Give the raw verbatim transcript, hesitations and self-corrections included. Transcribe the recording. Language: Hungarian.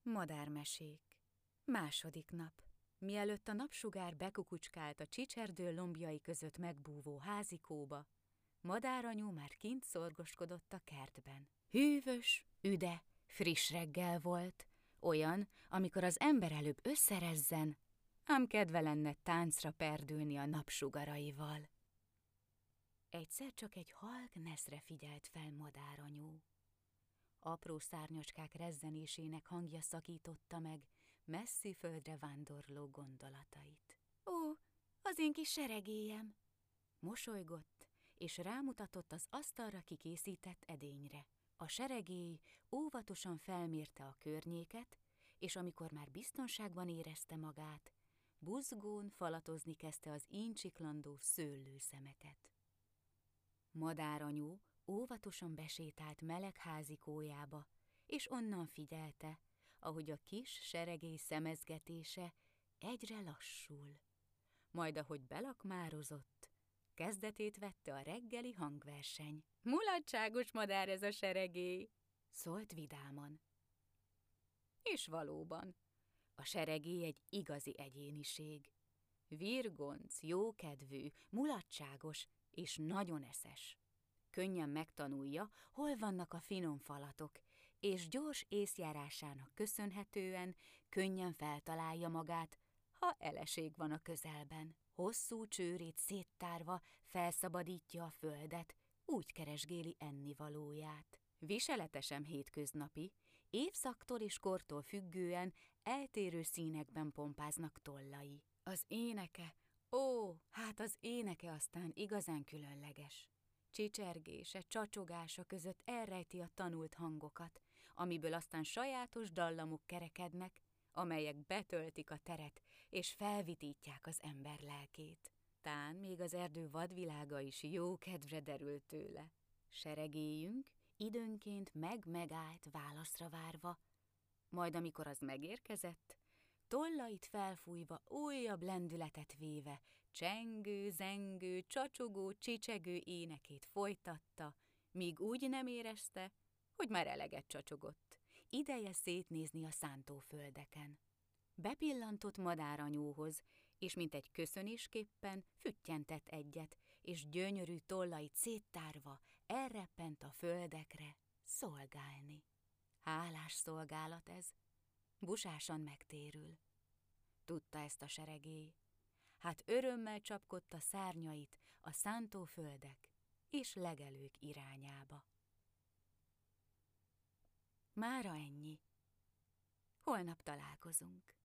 Madármesék. Második nap. Mielőtt a napsugár bekukucskált a csicserdő lombjai között megbúvó házikóba, madáranyú már kint szorgoskodott a kertben. Hűvös, üde, friss reggel volt, olyan, amikor az ember előbb összerezzen, ám kedve lenne táncra perdülni a napsugaraival. Egyszer csak egy halk neszre figyelt fel madáranyú. Apró szárnyacskák rezzenésének hangja szakította meg messzi földre vándorló gondolatait. Ó, az én kis seregélyem! Mosolygott, és rámutatott az asztalra kikészített edényre. A seregély óvatosan felmérte a környéket, és amikor már biztonságban érezte magát, buzgón falatozni kezdte az íncsiklandó szőlőszemeket. Madáranyú óvatosan besétált meleg házikójába, és onnan figyelte, ahogy a kis seregély szemezgetése egyre lassul. Majd ahogy belakmározott, kezdetét vette a reggeli hangverseny. Mulatságos madár ez a seregély, szólt vidáman. És valóban, a seregély egy igazi egyéniség. Virgonc, jókedvű, mulatságos és nagyon eszes. Könnyen megtanulja, hol vannak a finom falatok, és gyors észjárásának köszönhetően könnyen feltalálja magát, ha eleség van a közelben. Hosszú csőrét széttárva felszabadítja a földet, úgy keresgéli ennivalóját. Viseletesen hétköznapi, évszaktól és kortól függően eltérő színekben pompáznak tollai. Az éneke, ó, hát az éneke aztán igazán különleges. Csicsergése, csacsogása között elrejti a tanult hangokat, amiből aztán sajátos dallamok kerekednek, amelyek betöltik a teret és felvitítják az ember lelkét. Tán még az erdő vadvilága is jó kedvre derült tőle. Seregélyünk időnként meg-megállt válaszra várva, majd amikor az megérkezett, tollait felfújva, újabb lendületet véve, csengő, zengő, csacsogó, csicsegő énekét folytatta, míg úgy nem érezte, hogy már eleget csacsogott. Ideje szétnézni a szántóföldeken. Bepillantott madáranyúhoz, és mint egy köszönésképpen füttyentett egyet, és gyönyörű tollait széttárva elreppent a földekre szolgálni. Hálás szolgálat ez, busásan megtérül. Tudta ezt a seregély, hát örömmel csapkodta szárnyait a szántóföldek és legelők irányába. Mára ennyi. Holnap találkozunk.